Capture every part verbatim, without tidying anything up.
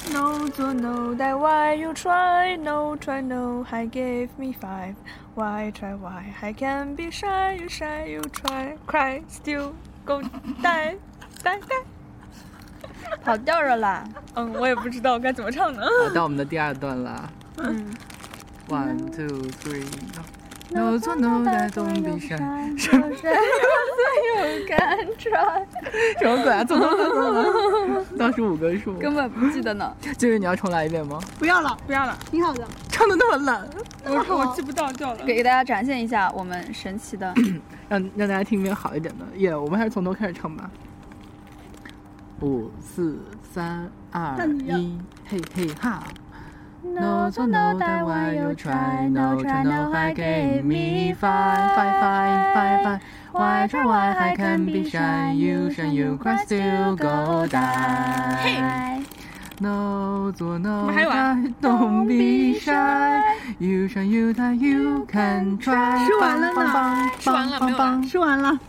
No 做 no die why you try no try no I gave me five why try why I can be shy you shy you try cry still go die die die 跑调了啦。 嗯，我也不知道该怎么唱呢。 好，到我们的第二段啦。 嗯 ，one two three。No 做 no die don't be shy。 什么？有敢穿？ 什么鬼啊？走走走走走，倒数五个数， 根本不记得呢。 就是你要重来一遍吗？ 不要了， 不要了， 挺好的。 唱的那么烂， 我我记不到掉了。 给给大家展现一下我们神奇的， 让让大家听一遍好一点的。耶、yeah, ，我们还是从头开始唱吧。五四三二一，嘿嘿哈。No 做 no die why you try no try no I gave me five five five five five why try why I can be shy you shine you cry still go die No 做 no die don't be shy you shine you die you can try 吃完了呢， 吃完了没有了？ 吃完了。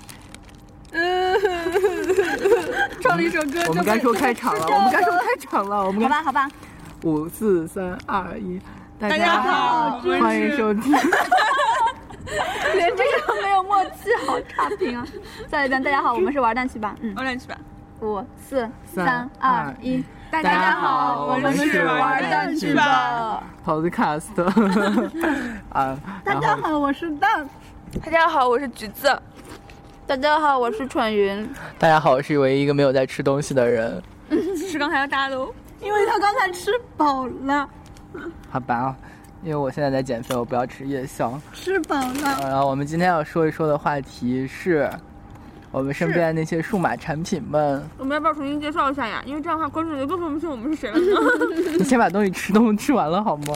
唱了一首歌， 我们该说开场了，我们该说开场了，我们好吧，好吧。 五四三二一，大家好， 欢迎收听。 连这个都没有默契，好差评啊！再来一遍，大家好，我们是玩蛋去吧，嗯， 玩蛋去吧。 五四三二一，大家好，我们是玩蛋去吧 Podcast 啊， 大家好，我是蛋。 大家好，我是橘子。 大家好，我是蠢云。 大家好，我是唯一一个没有在吃东西的人。 是刚才要大喽。 因为他刚才吃饱了。 好吧，因为我现在在减肥，我不要吃夜宵。 吃饱了。 然后我们今天要说一说的话题是，我们身边那些数码产品们。 我们要不要重新介绍一下呀？因为这样的话，观众就更分不清我们是谁了呢。 你先把东西吃东吃完了好吗？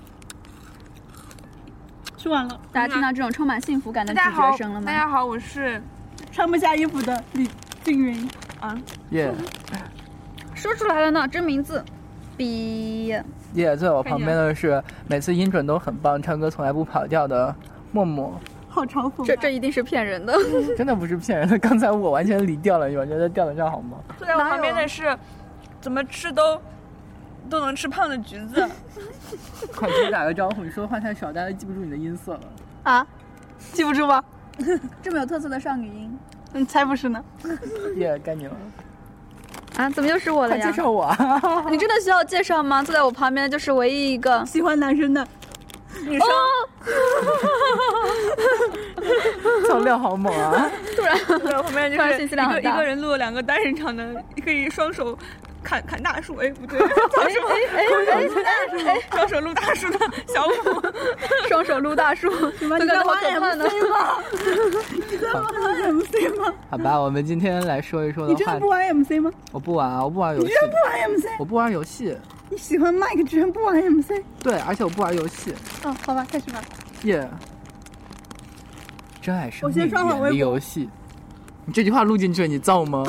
吃完了。 大家听到这种充满幸福感的咀嚼声了吗？ 大家好，我是穿不下衣服的李静云啊。 耶。 说出来了呢，真名字，比耶， yeah, 在我旁边的是每次音准都很棒，唱歌从来不跑调的默默。 好嘲讽、啊！ 这这一定是骗人的， 真的不是骗人的。刚才我完全离调了，你完全在调得上好吗？ 坐在我旁边的是怎么吃都都能吃胖的橘子。 快给你打个招呼，你说的话太少，大家记不住你的音色了。 啊？记不住吗？ 这么有特色的少女音， 嗯，才不是呢。 耶，该你了。 啊，怎么又是我了呀？ 快介绍我啊！ 你真的需要介绍吗？坐在我旁边的就是唯一一个喜欢男生的女生。 操料好猛啊！ 突然，在我旁边就是信息量很大， 一个人录了两个单人场的，可以双手砍砍大树，哎不对，双手哎哎哎，双手撸大树的小五， 双手撸大树， 你们在玩 M C 吗？你在玩 M C 吗？ 好吧，我们今天来说一说的话。 你真的不玩 M C 吗？ 我不玩啊，我不玩游戏。 你真的不玩 M C？ 我不玩游戏。 你喜欢麦克，居然不玩 M C？ 对，而且我不玩游戏。 哦，好吧，开始吧。 耶、yeah 。真爱生命， 远离游戏。你这句话录进去，你造吗？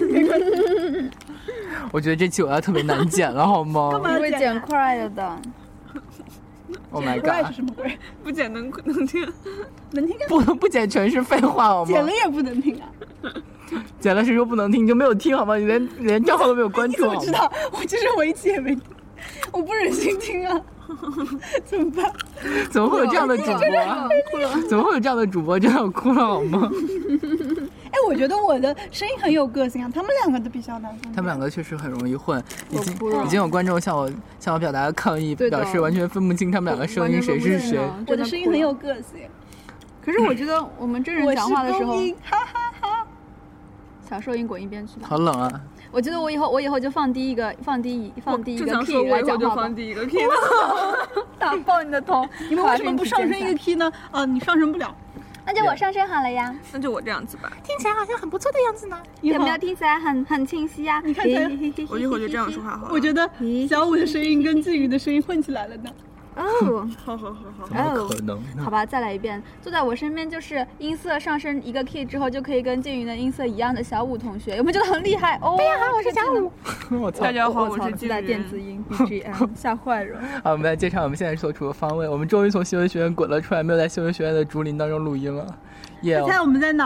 我觉得这期我要特别难剪了，好吗？ 你会剪快了的。 Oh my god！ 是什么鬼？ 不剪能能听？ 能听、啊？ 不不剪全是废话，好吗？ 剪了也不能听啊！ 剪了谁说不能听？你就没有听好吗？你连连账号都没有关注好吗？ 你怎么知道？我就是我一期也没听，我不忍心听啊！怎么办？ 怎么会有这样的主播？ 哭了！ 怎么会有这样的主播？真的要哭了好吗？ 哎，我觉得我的声音很有个性啊，他们两个都比较难分。 他们两个确实很容易混，已经已经有观众向我向我表达抗议，表示完全分不清他们两个声音谁是谁。 我的声音很有个性， 可是我觉得我们真人讲话的时候， 哈哈哈。 小兽音滚一边去吧。 好冷啊！ 我觉得我以后我以后就放低一个放低放低一个 key 来讲话吧。 放低一个 key， 打爆你的头！ 你们为什么不上升一个 key 呢？啊，你上升不了。 那就我上升好了呀。 那就我这样子吧。 听起来好像很不错的样子呢。 有没有听起来很很清晰呀？ 你看起来， 我一会儿就这样说话好了。 我觉得小五的声音跟靖宇的声音混起来了呢。 哦， 好好好好， 怎么可能呢？ 好吧，再来一遍。坐在我身边就是音色上升一个 key 之后就可以跟静云的音色一样的小五同学，有没有觉得很厉害？哦， 大家好，我是小五。 我操！ 大家好，我是自带电子音 B G M， 吓坏人。 好，我们来介绍我们现在所处的方位。我们终于从新闻学院滚了出来，没有在新闻学院的竹林当中录音了。耶、 yeah ！猜我们在哪儿？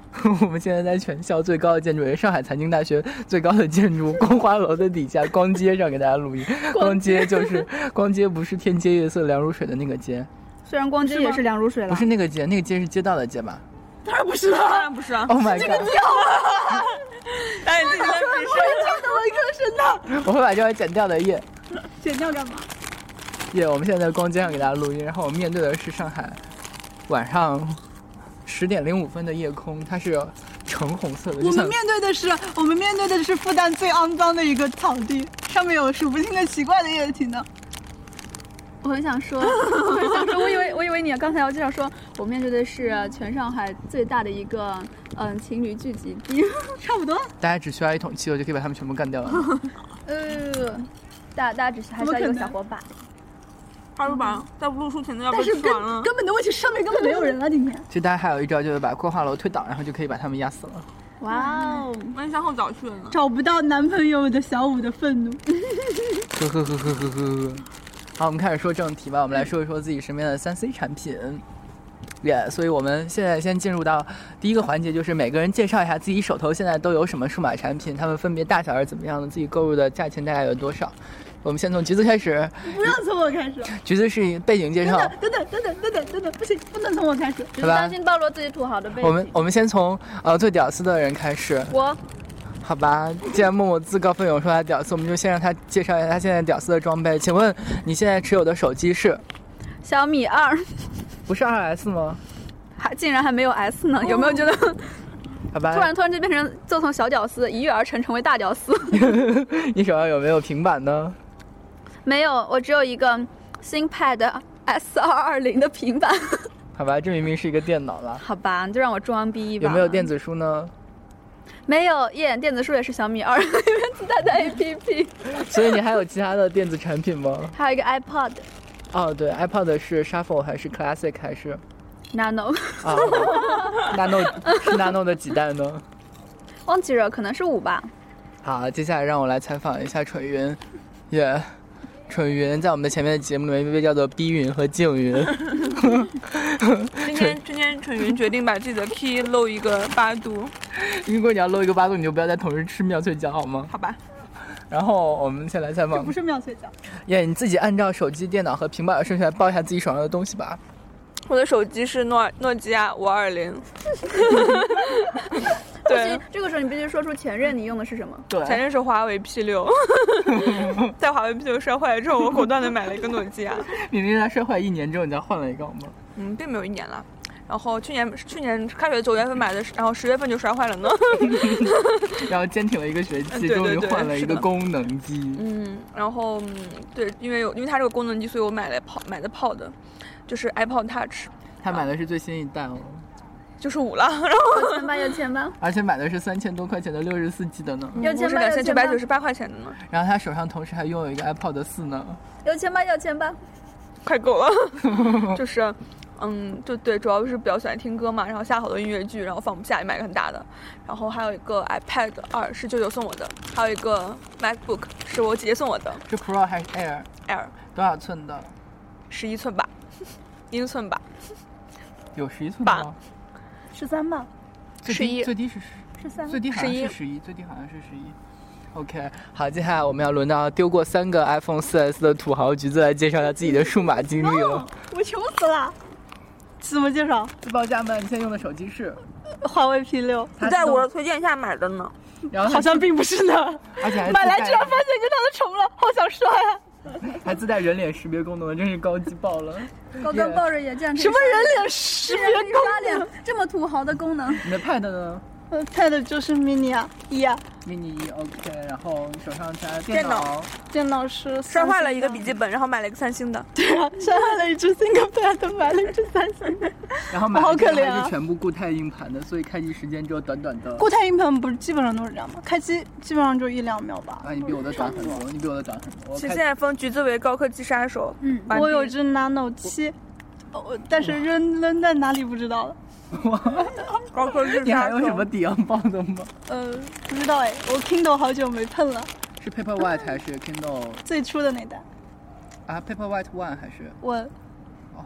我们现在在全校最高的建筑，也是上海财经大学最高的建筑光华楼的底下光街上给大家录音。光街就是光街，不是天街夜色凉如水的那个街。 虽然光街也是凉如水了， 不是那个街，那个街是街道的街吧？ 当然不是了， 当然不是啊。 Oh my god！ 掉了， 但你自己在比试。 跳到我一颗神的。 我会把这块剪掉的耶。 剪掉干嘛？ 耶！我们现在在光街上给大家录音，然后我们面对的是上海晚上十点零五分的夜空，它是橙红色的。 我们面对的是我们面对的是复旦最肮脏的一个草地，上面有数不清的奇怪的液体呢。 我很想说，我很想说，我以为我以为你刚才要介绍说，我面对的是全上海最大的一个嗯情侣聚集地， 差不多。 大家只需要一桶汽油就可以把它们全部干掉了。 呃，大大家只是还需要一个小火把。 二十把在录书前都要被但是吃完了根。根本的问题上面根本没有人了，今天。 其实大家还有一招，就是把光华楼推倒，然后就可以把他们压死了。 哇哦！ 万一向后早去了呢？ 找不到男朋友的小五的愤怒。 呵呵呵呵呵呵。好，我们开始说正题吧。我们来说一说自己身边的三 C 产品。耶、yeah, 所以我们现在先进入到第一个环节，就是每个人介绍一下自己手头现在都有什么数码产品，他们分别大小是怎么样的，自己购入的价钱大概有多少。我们先从橘子开始。 不要从我开始。 橘子是背景介绍。 等等等等等等等等，不行，不能从我开始。 只是担心暴露自己土豪的背景。 我们我们先从呃最屌丝的人开始。 我。 好吧，既然默默自告奋勇说他屌丝，我们就先让他介绍一下他现在屌丝的装备。请问你现在持有的手机是小米二？ 不是 二 S 吗？ 还竟然还没有 S 呢？有没有觉得？ 好吧， 突然突然就变成就从小屌丝一跃而成成为大屌丝。 你手上有没有平板呢？ 没有，我只有一个新 Pad S 二二零的平板。 好吧，这明明是一个电脑了。 好吧，就让我装逼吧。 有没有电子书呢？ 没有耶，电子书也是小米二里面自带的 A P P。 所以你还有其他的电子产品吗？ 还有一个 iPod。 哦，对 ，iPod 是 Shuffle 还是 Classic 还是 Nano？ 啊 ，Nano 是 Nano 的几代呢？ 忘记了，可能是五吧。 好，接下来让我来采访一下蠢云，耶、yeah 。蠢云在我们的前面的节目里面被叫做逼云和静云。 今天今天蠢云决定把自己的 key 漏一个八度。 如果你要漏一个八度，你就不要再同时吃妙脆角好吗？ 好吧。 然后我们先来采访。 这不是妙脆角。 耶、yeah, 你自己按照手机、电脑和平板的顺序来报一下自己手上的东西吧。 我的手机是诺诺基亚五二零。对， 这个时候你必须说出前任你用的是什么。 对， 前任是华为 P 六。在华为 P 六摔坏了之后，我果断的买了一个诺基亚。 明明它摔坏一年之后，你再换了一个好吗？ 嗯，并没有一年了。然后去年去年开学九月份买的，然后十月份就摔坏了呢。 然后坚挺了一个学期， 对对对终于换了一个功能机。 嗯，然后对，因为有因为它这个功能机，所以我买了泡买的泡的，就是 iPod Touch。 他买的是最新一代哦。 就是五了，然后有钱吧有钱吧， 而且买的是三千多块钱的六十四 G 的呢， 有钱吧两千九百九十八块钱的呢。 然后他手上同时还拥有一个 iPod 四呢， 有钱吧有钱吧， 快够了。就是，嗯，就对，主要是比较喜欢听歌嘛，然后下好多音乐剧，然后放不下，也买个很大的。然后还有一个 iPad 二是舅舅送我的，还有一个 MacBook 是我姐姐送我的。 是 Pro 还是 Air？ Air 多少寸的？ 十一寸吧，英寸吧。 有十一寸吗？ 十三吧， 十一， 最低是十， 十三， 最低好像是十一，最低好像是十一。OK， 好，接下来我们要轮到丢过三个 iPhone 四 S 的土豪橘子来介绍一下自己的数码经历了。 我穷死了。怎么介绍？ 自报家门，你现在用的手机是华为 P 六， 不在我的推荐下买的呢。 然后好像并不是呢， 而且还买来居然发现跟它的重了，好想刷呀！ 还自带人脸识别功能，真是高级爆了！ 高端爆热也这样。 什么人脸识别功能？刷脸这么土豪的功能？ 你的 Pad 呢？ 呃 Pad 就是 mini 啊，一啊 ，mini 一 OK， 然后手上加电脑， 电脑是摔坏了一个笔记本，然后买了一个三星的。 对啊，摔坏了一只 ThinkPad， 买了一只三星的。 然后买了一个还是全部固态硬盘的，所以开机时间只有短短的。 固态硬盘不是基本上都是这样吗？开机基本上就一两秒吧。 啊，你比我的短很多，你比我的短很多。 其实现在封橘子为高科技杀手。 嗯，我有只 Nano 七，哦，但是扔扔在哪里不知道了。 高科技杀手。 你还有什么抵押包的吗？ 呃，不知道哎，我 Kindle 好久没碰了。 是 Paperwhite 还是 Kindle？ 最初的那代。 啊 ，Paperwhite One 还是 One？ 哦，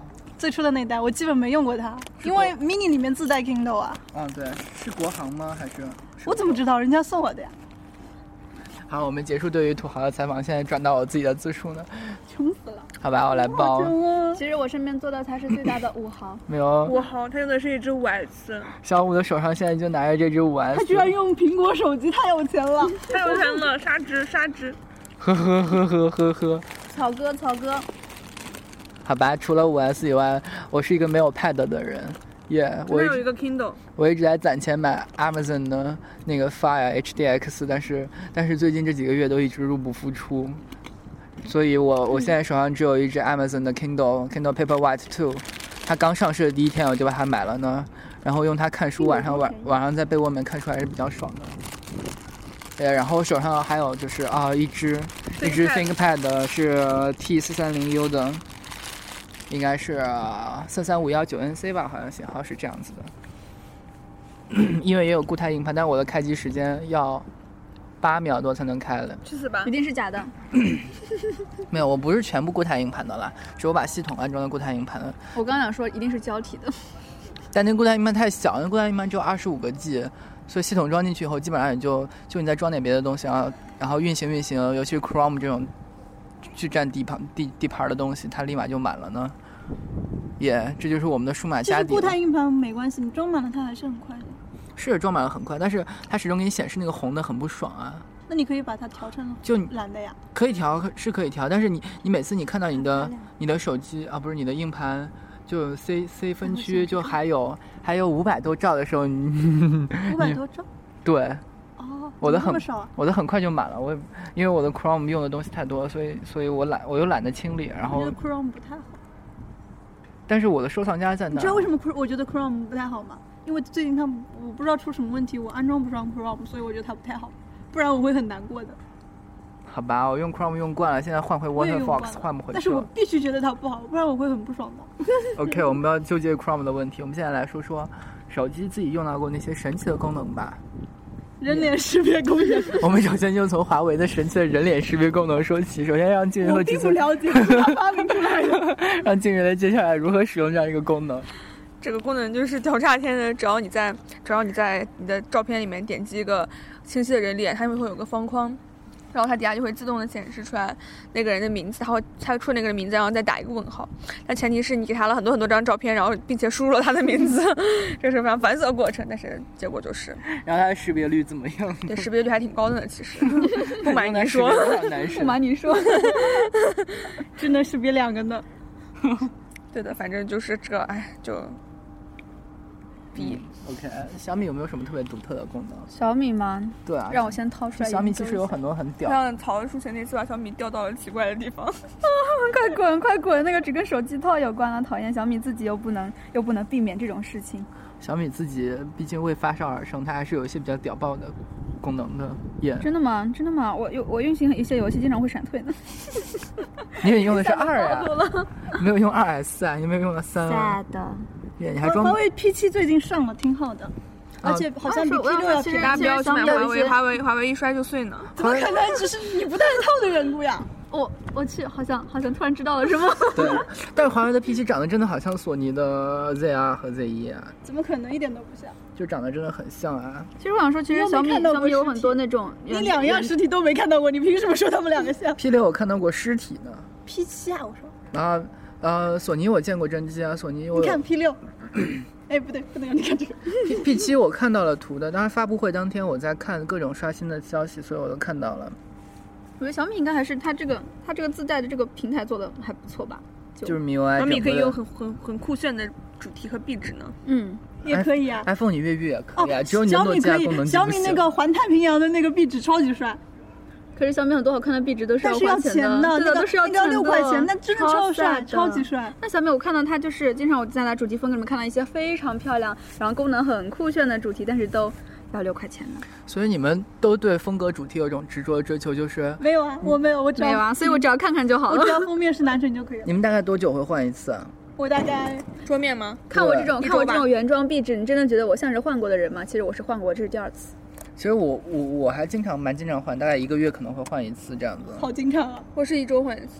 最初的那代，我基本没用过它，因为 mini 里面自带 Kindle 啊。 嗯，对，是国行吗？还是？ 我怎么知道？人家送我的呀。 好，我们结束对于土豪的采访，现在转到我自己的自述呢。 穷死了。 好吧，我来报。 啊、 其实我身边做的才是最大的五毫。 没有。 五毫，他用的是一只五 S。 小五的手上现在就拿着这只五 S。 他居然用苹果手机，太有钱了！ 太有钱了，杀值杀值。 呵呵呵呵呵呵。 草哥，草哥。 好吧，除了五 S 以外，我是一个没有 Pad 的人。耶、yeah, ，我有一个 Kindle， 我一直在攒钱买 Amazon 的那个 Fire H D X， 但是但是最近这几个月都一直入不敷出，所以我我现在手上只有一只 Amazon 的 Kindle Kindle Paperwhite two， 它刚上市的第一天我就把它买了呢，然后用它看书，晚上晚晚上在被窝里面看书还是比较爽的。对，然后手上还有就是啊一只一只 ThinkPad 是 T 四三零 U 的。应该是三三五一九 N C 吧，好像型号是这样子的。因为也有固态硬盘，但我的开机时间要八秒多才能开了。 去死吧！ 一定是假的。 没有，我不是全部固态硬盘的啦，是我把系统安装的固态硬盘的。 我刚想说一定是胶体的， 但那固态硬盘太小，那固态硬盘只有二十五个 G， 所以系统装进去以后，基本上也就就你再装点别的东西，然后然后运行运行，尤其是 Chrome 这种去占地盘地地盘的东西，它立马就满了呢。也、yeah, 这就是我们的数码家底。 其实固态硬盘没关系，你装满了它还是很快的。 是装满了很快，但是它始终给你显示那个红的很不爽啊。 那你可以把它调成就蓝的呀。 可以调，是可以调，但是你你每次你看到你的你的手机啊，不是你的硬盘，就 C C 分区就还有还有五百多兆的时候，你五百多兆？ 对。 哦， 我的很、 啊、 我的很快就满了，我因为我的 Chrome 用的东西太多，所以所以我懒，我又懒得清理，然后。 我觉得 Chrome 不太好。 但是我的收藏夹在那。 你知道为什么我觉得 Chrome 不太好吗？因为最近它我不知道出什么问题，我安装不上 Chrome， 所以我觉得它不太好，不然我会很难过的。 好吧，我用 Chrome 用惯了，现在换回 Waterfox 换不回去了。 但是我必须觉得它不好，不然我会很不爽的。 OK， 我们不要纠结 Chrome 的问题，我们现在来说说手机自己用到过那些神奇的功能吧。 人脸识别功能。 我们首先就从华为的神奇的人脸识别功能说起。首先让静云和我并不了解，是他发明出来的。 让静云来接下来如何使用这样一个功能。 这个功能就是屌炸天的，只要你在只要你在你的照片里面点击一个清晰的人脸，它会有个方框，然后它底下就会自动的显示出来那个人的名字，它会猜出那个人名字，然后再打一个问号。但前提是你给他了很多很多张照片，然后并且输入了他的名字，这是非常繁琐的过程。但是结果就是， 然后它的识别率怎么样？ 对，识别率还挺高的呢。其实不瞒你说， 不瞒你说， 只能识别两个呢。 对的，反正就是这，哎，就。 嗯、OK， 小米有没有什么特别独特的功能？ 小米吗？ 对啊， 让我先掏出来。 小米其实有很多很屌。 像曹书前那次把小米调到了奇怪的地方， 快滚快滚！那个只跟手机套有关了，讨厌！小米自己又不能又不能避免这种事情。 小米自己毕竟为发烧而生，它还是有一些比较屌爆的功能的。耶、yeah ， 真的吗？真的吗？我有我运行一些游戏经常会闪退的。 你也用的是二呀？没有用二 S 啊？你没有用了三啊？ 的。 你还装？ 华为 P 七最近上了，挺好的，而且好像比 P 六要便宜。 大家不要去买华为，华为华为一摔就碎呢。 怎么可能？只是你不带套的缘故呀。 我我去，好像好像突然知道了是吗？ 对，但是华为的 P 七长得真的好像索尼的 Z R 和 Z 一啊。 怎么可能？一点都不像。 就长得真的很像啊。 其实我想说，其实小米小米有很多那种， 你两样实体都没看到过，你凭什么说他们两个像 ？P 六我看到过尸体呢。 P 七啊，我说。 然后呃，索尼我见过真机啊，索尼我。 你看 P 六。哎，不对，不能让你看这个。 P P 七我看到了图的，当然发布会当天我在看各种刷新的消息，所以我都看到了。 我觉得小米应该还是它这个它这个自带的这个平台做的还不错吧？ 就, 就是 M I U I。 小米可以用很很很酷炫的主题和壁纸呢。 嗯， 也可以啊。 iPhone 你越狱也可以啊， 哦、 只有年度加功能。 小米那个环太平洋的那个壁纸超级帅。 可是小米很多好看的壁纸都是要花钱的， 那个都是要钱的， 六块钱，那真的超帅，超级帅。 那小米我看到它就是经常我在它主题风格里面看到一些非常漂亮，然后功能很酷炫的主题，但是都要六块钱的。 所以你们都对风格主题有一种执着的追求，就是没有啊，我没有，我只要没有啊，所以我只要看看就好了。 我只要封面是男神就可以了。 你们大概多久会换一次啊？ 我大概桌面吗？ 看我这种看我这种原装壁纸，你真的觉得我像是换过的人吗？其实我是换过，这是第二次。 其实我我我还经常蛮经常换，大概一个月可能会换一次这样子。 好经常啊！ 我是一周换一次。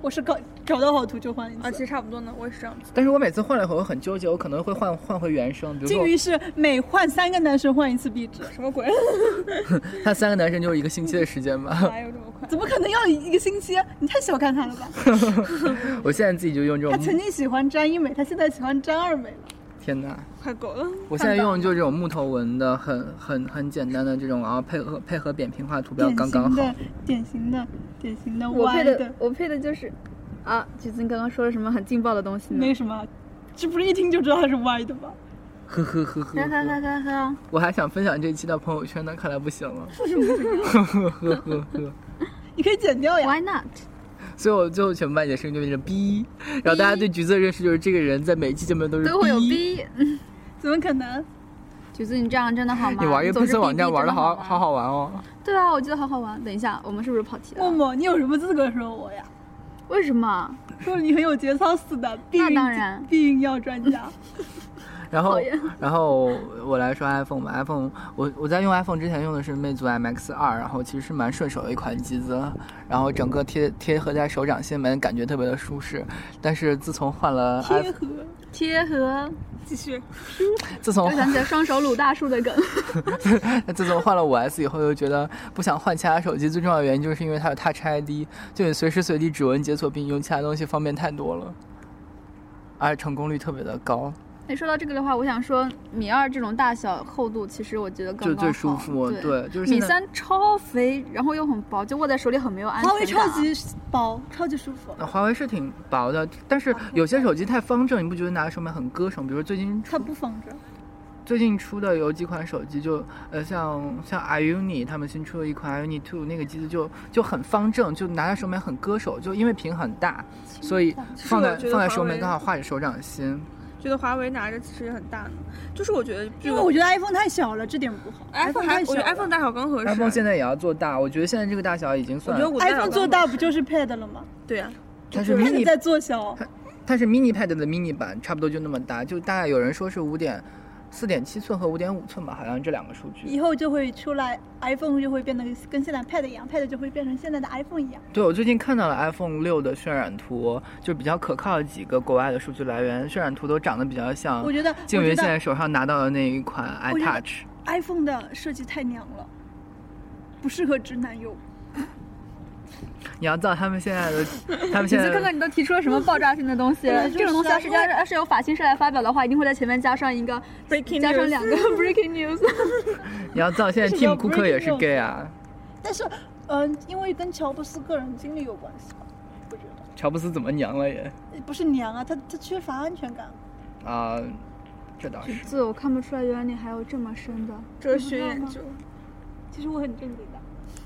我是搞找到好图就换一次。 啊，其实差不多呢，我也是这样子。 但是我每次换了以后我很纠结，我可能会换换回原声。比如说金鱼是每换三个男生换一次壁纸， 什么鬼？ 他三个男生就是一个星期的时间吧？ 哪有这么快？ 怎么可能要一个星期？你太小看他了吧？ 我现在自己就用这种。 他曾经喜欢詹一美，他现在喜欢詹二美了。 天哪， 快够了！ 我现在用就这种木头纹的，很很很简单的这种，然后配合配合扁平化图标刚刚好。 典型的典型的我配的的我配的就是啊，橘子你刚刚说了什么很劲爆的东西呢？ 没什么，这不是一听就知道它是歪的吧？ 呵呵呵呵呵呵呵呵呵。 我还想分享这期到朋友圈呢，看来不行了。呵呵呵呵呵。 你可以剪掉呀。 Why not？ 所以我最后全部把你的声音就变成逼，然后大家对橘子的认识就是这个人在每一期节目都是都会有逼， 怎么可能？ 橘子你这样真的好吗？ 你玩一个配色网站玩的好好好好玩哦。 对啊，我觉得好好玩。等一下，我们是不是跑题了？ 默默，你有什么资格说我呀？ 为什么？ 说你很有节操似的，避孕那当然， 避孕药专家。 然后，然后我来说 iPhone 吧。iPhone， 我我在用 iPhone 之前用的是魅族 M X 二，然后其实是蛮顺手的一款机子，然后整个贴贴合在手掌心里面感觉特别的舒适。但是自从换了贴合贴合， 继续。 自从我想起来双手撸大树的梗。 自从换了五 S 以后，又觉得不想换其他手机。最重要的原因就是因为它有 Touch I D， 就你随时随地指纹解锁并用其他东西方便太多了，而且成功率特别的高。 哎，说到这个的话，我想说米二这种大小厚度，其实我觉得刚刚好， 就最舒服。 对， 对就是米三超肥，然后又很薄，就握在手里很没有安全感。 华为超级薄，超级舒服。 华为是挺薄的，但是有些手机太方正，你不觉得拿在手里面很硌手？比如说最近它不方正。 最近出的有几款手机就呃像像 iUni 他们新出的一款 iUni 二，那个机子就就很方正，就拿在手里面很硌手，就因为屏很大，所以放在放在手里面刚好画着手掌心。 觉得华为拿着其实也很大呢，就是我觉得， 因为我觉得 iPhone 太小了，这点不好。 iPhone 还，我觉得 iPhone 大小刚合适。 iPhone 现在也要做大，我觉得现在这个大小已经算了。 我觉得 iPhone 做大不就是 Pad 了吗？ 对呀、啊， 它是 mini 在做小， 它它是 mini Pad 的 mini 版，差不多就那么大，就大概有人说是五点四点七寸和五点五寸吧，好像这两个数据。 以后就会出来 iPhone 就会变得跟现在 Pad 一样 ，Pad 就会变成现在的 iPhone 一样。 对，我最近看到了 iPhone 六的渲染图，就比较可靠的几个国外的数据来源，渲染图都长得比较像。 我觉得静云现在手上拿到的那一款 iTouch。 iPhone 的设计太娘了，不适合直男用。 你要照他们现在的，他们现在的。 看看你都提出了什么爆炸性的东西？这种东西要是要要是由法新社来发表的话，一定会在前面加上一个 breaking， 加上两个 breaking news。 你要照现在 Tim 库克也是 gay 啊。 但是，嗯、呃，因为跟乔布斯个人经历有关系吧，我觉得。 乔布斯怎么娘了也？ 不是娘啊，他他缺乏安全感。 啊、呃，这倒是。 字我看不出来，原来你还有这么深的哲学研究。 其实我很正经的。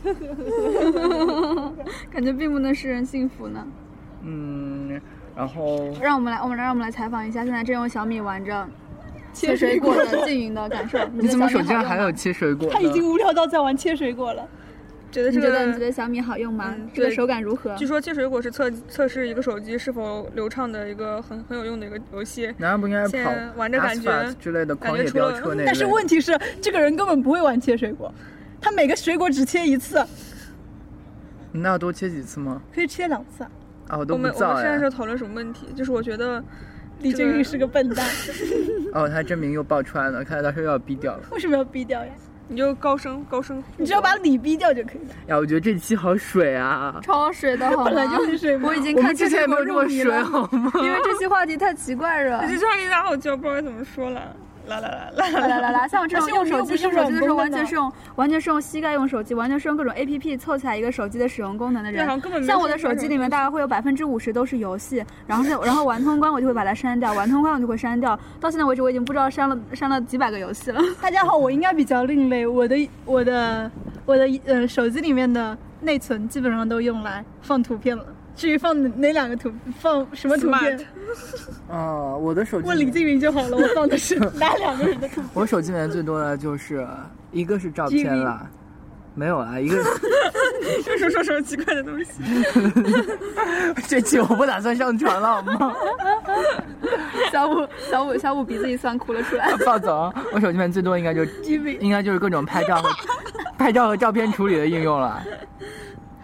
感觉并不能使人信服呢。 嗯，然后让我们来，我们让我们来采访一下，现在正用小米玩着切水果的静云的感受。 你怎么手机上还有切水果？ 他已经无聊到在玩切水果了。 觉得这个， 你觉得你觉得小米好用吗？ 嗯、 这个手感如何？ 据说切水果是测测试一个手机是否流畅的一个很很有用的一个游戏。 难道不应该跑玩着感觉之类的狂野飙车那类？ 但是问题是，这个人根本不会玩切水果。他每个水果只切一次， 那要多切几次吗？ 可以切两次。 啊，我都不造我们我们现在是讨论什么问题？就是我觉得李俊宇是个笨蛋。 哦，他真名又爆出来了，看来到时候要逼掉了。 为什么要逼掉呀？ 你就高声高声， 你只要把李逼掉就可以了。 呀，我觉得这期好水啊， 超水的好吗？ 本来就是水， 我已经看之前也没有这么水好吗？ 因为这期话题太奇怪了。 这期话题太好笑，不知道怎么说了。啦啦啦啦啦啦啦！像我这种用手机用手机的时候，完全是用完全是用膝盖用手机，完全是用各种 A P P 凑起来一个手机的使用功能的人。像我的手机里面大概会有百分之五十都是游戏，然后然后玩通关我就会把它删掉，玩通关我就会删掉。到现在为止我已经不知道删了删了几百个游戏了。 大家好，我应该比较另类，我的我的我的呃手机里面的内存基本上都用来放图片了。至于放哪两个图，放什么图片？ 哦，我的手机问李静云就好了。我放的是哪两个人的图片？ 我手机里面最多的就是一个是照片啦，没有啦，一个。 又说说什么奇怪的东西？ 这期我不打算上传了，好吗？ 小五小五小五鼻子一酸，哭了出来。 暴走！我手机里面最多应该就应该就是各种拍照和拍照和照片处理的应用了。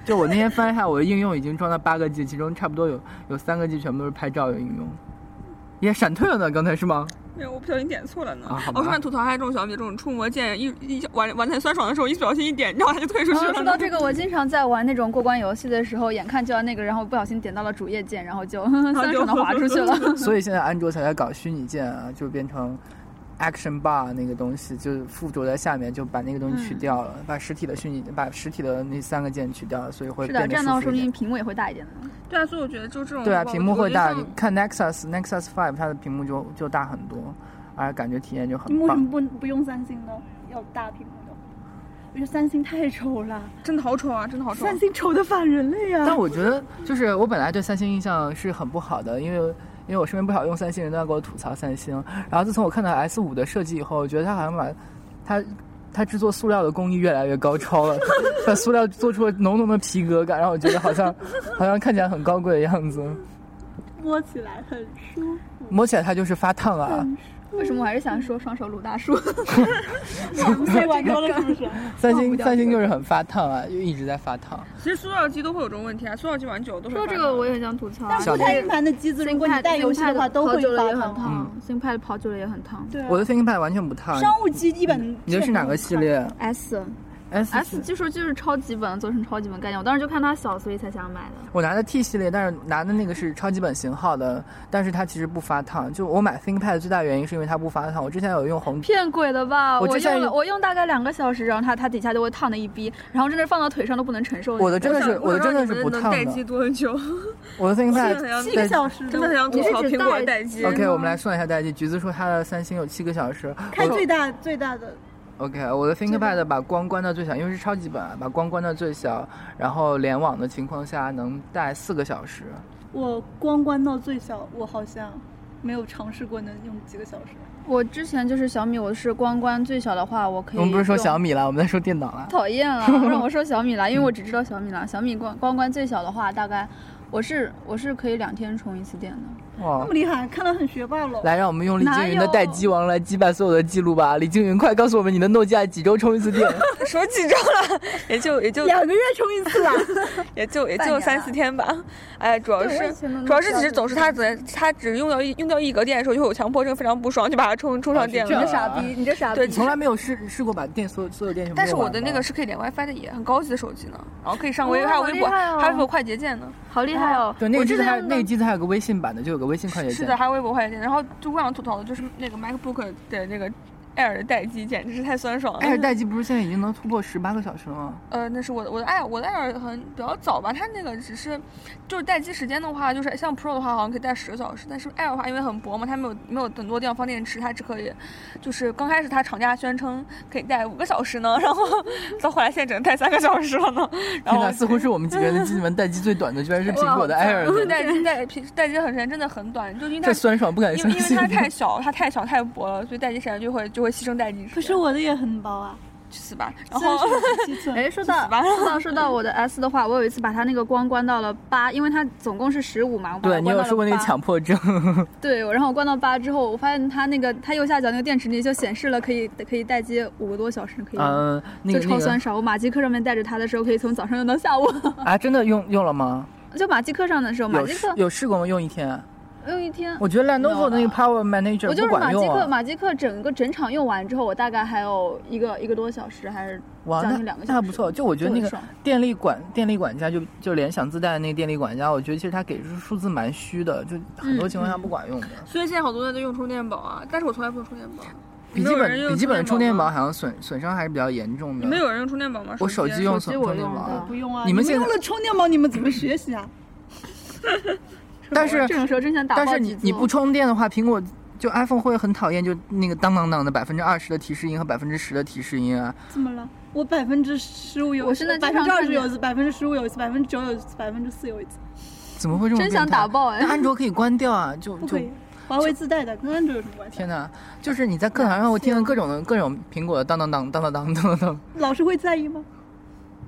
就我那天翻一下，我的应用已经装到八个 G， 其中差不多有有三个 G 全部都是拍照的应用。也闪退了呢，刚才是吗？ 没有，我不小心点错了呢。 啊、 我说吐槽还有这种小米这种触摸键，一一玩玩太酸爽的时候，一不小心一点，然后它就退出去了。 说到这个，我经常在玩那种过关游戏的时候，眼看就要那个，然后不小心点到了主页键，然后就酸爽的滑出去了。 所以现在安卓才在搞虚拟键啊，就变成 Action Bar 那个东西，就附着在下面，就把那个东西去掉了，嗯、把实体的虚拟，把实体的那三个键去掉了，所以会变得舒服一点。 是的，这样的话说明屏幕也会大一点的。 对啊，所以我觉得就这种。 对啊，屏幕会大。你看 Nexus Nexus 五，它的屏幕就就大很多，而感觉体验就很棒。 你为什么不不用三星呢？要大屏幕的？我觉得三星太丑了， 真的好丑啊，真的好丑、啊。 三星丑的反人类啊！ 但我觉得，就是我本来对三星印象是很不好的，因为因为我身边不少用三星人都在给我吐槽三星。然后自从我看到 S 五 的设计以后，我觉得它好像把它。它制作塑料的工艺越来越高超了，把塑料做出了浓浓的皮革感，让我觉得好像好像看起来很高贵的样子。 摸起来很舒服， 摸起来它就是发烫啊。 为什么我还是想说双手撸大叔？ 太玩多了是不是？ 三星三星就是很发烫啊，就一直在发烫。 其实塑料机都会有这种问题啊，塑料机玩久都会。 说这个我也很想吐槽。 但不带硬盘的机子，如果你带游戏的话，都会发烫。ThinkPad 跑久了也很烫。 对、啊， 我的 ThinkPad 完全不烫。 商务机一本。 你的是哪个系列 ？S。 S S 据说就是超级本，做成超级本概念。我当时就看它小，所以才想买的。 我拿的 T 系列，但是拿的那个是超级本型号的，但是它其实不发烫。就我买 ThinkPad 最大原因是因为它不发烫。我之前有用红骗鬼的吧？ 我之前我用了，我用大概两个小时，然后它它底下就会烫的一逼，然后真的放到腿上都不能承受。 我的真的是，我的真的是不烫的。 待机多久？ 我的 ThinkPad 七个小时， 真的很想吐槽苹果待机。 OK， 我们来算一下待机。橘子说他的三星有七个小时， 开最大最大的。 OK， 我的 ThinkPad 把光关到最小，因为是超级本，把光关到最小，然后联网的情况下能带四个小时。 我光关到最小，我好像没有尝试过能用几个小时。 我之前就是小米，我是光关最小的话，我可以。 我们不是说小米了，我们在说电脑了。 讨厌了，让我说小米了，因为我只知道小米了。小米光光关最小的话，大概我是我是可以两天充一次电的。 哇，那么厉害，看得很学霸了。 来，让我们用李静云的待机王来击败所有的记录吧！李静云，快告诉我们你的诺基亚几周充一次电？ 说几周了？也就也就两个月充一次啦， 也就也就三四天吧。哎，主要是主要是只是总是他只他只用掉一用掉一格电的时候就会有强迫症，非常不爽，就把它充充上电了。 你这傻逼，你这傻逼！ 对， 从来没有试试过把电所有所有电全部。 但是我的那个是可以连 WiFi 的，也很高级的手机呢，然后可以上微，还有微博，还有快捷键呢， 好厉害哦！ 对，那个机子还那个机子还有个微信版的，就有个微信快捷键。 是的，还有微博快捷键。然后就我想吐槽的就是那个 MacBook 的那个 Air 的待机简直是太酸爽了。 Air 待机不是现在已经能突破十八个小时了吗？ 呃，那是我的我的 Air 我的 Air 很比较早吧，它那个只是就是待机时间的话，就是像 Pro 的话好像可以待十个小时，但是 Air 的话因为很薄嘛，它没有没有很多地方放电池，它只可以就是刚开始它厂家宣称可以待五个小时呢，然后到后来现在只能待三个小时了呢。然后似乎是我们几个人的机子们待机最短的，居然是苹果的 Air。 待机待待机很时间真的很短，就因为它这酸爽不敢相信， 因为它太小，它太小太薄了，所以待机时间就会就会牺牲待机时间。 可是我的也很薄啊。 去死吧！然后， 哎，说到说到说到我的 S 的话，我有一次把它那个光关到了八，因为它总共是十五嘛。 对，你有说过那个强迫症。 对，然后我关到八之后，我发现它那个它右下角那个电池里就显示了可以可以待机五个多小时，可以。 嗯，那个就超酸爽。我马基克上面带着它的时候，可以从早上用到下午。 啊，真的用用了吗？ 就马基克上的时候，马基克有试过吗？用一天。 用一天， 我觉得 Lenovo 的那个 Power Manager 我就是马基克， 马基克整个整场用完之后，我大概还有一个一个多小时，还是将近两个小时。 那还不错，就我觉得那个电力管电力管家就就联想自带的那个电力管家，我觉得其实它给出数字蛮虚的，就很多情况下不管用的。 嗯、所以现在好多人都用充电宝啊，但是我从来不用充电宝。 笔记本笔记本充电宝好像损损伤还是比较严重的。 你们有人用充电宝吗？ 我手机用充电宝， 不用啊。 你们现在用了充电宝，你们怎么学习啊？ 但是这种时候真想打爆。 但是你你不充电的话，苹果就 iPhone 会很讨厌，就那个当当当的百分之二十的提示音和百分之十的提示音啊。 怎么了？我百分之十五有， 我现在百分之二十有一次，百分之十五有一次，百分之九有一次，百分之四有一次。 怎么会这么？ 真想打爆哎！ 安卓可以关掉啊，就就华为自带的，跟安卓有什么关系？ 天哪，就是你在课堂上会听到各种的各种苹果的当当当当当当当当。 老师会在意吗？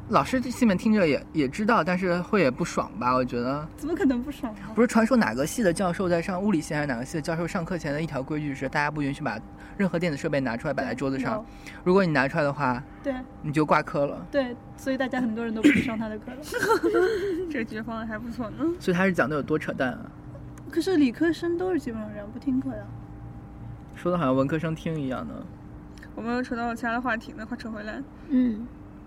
老师心里面听着也也知道，但是会也不爽吧？我觉得怎么可能不爽呢？ 不是传说哪个系的教授在上物理系还是哪个系的教授上课前的一条规矩是，大家不允许把任何电子设备拿出来摆在桌子上，如果你拿出来的话， 对， 你就挂科了。 对，所以大家很多人都不去上他的课了。 这个解决方案还不错呢。 所以他是讲的有多扯淡啊！ 可是理科生都是基本上这样，不听课的。 说的好像文科生听一样的。 我们又扯到了其他的话题呢，快扯回来。 嗯。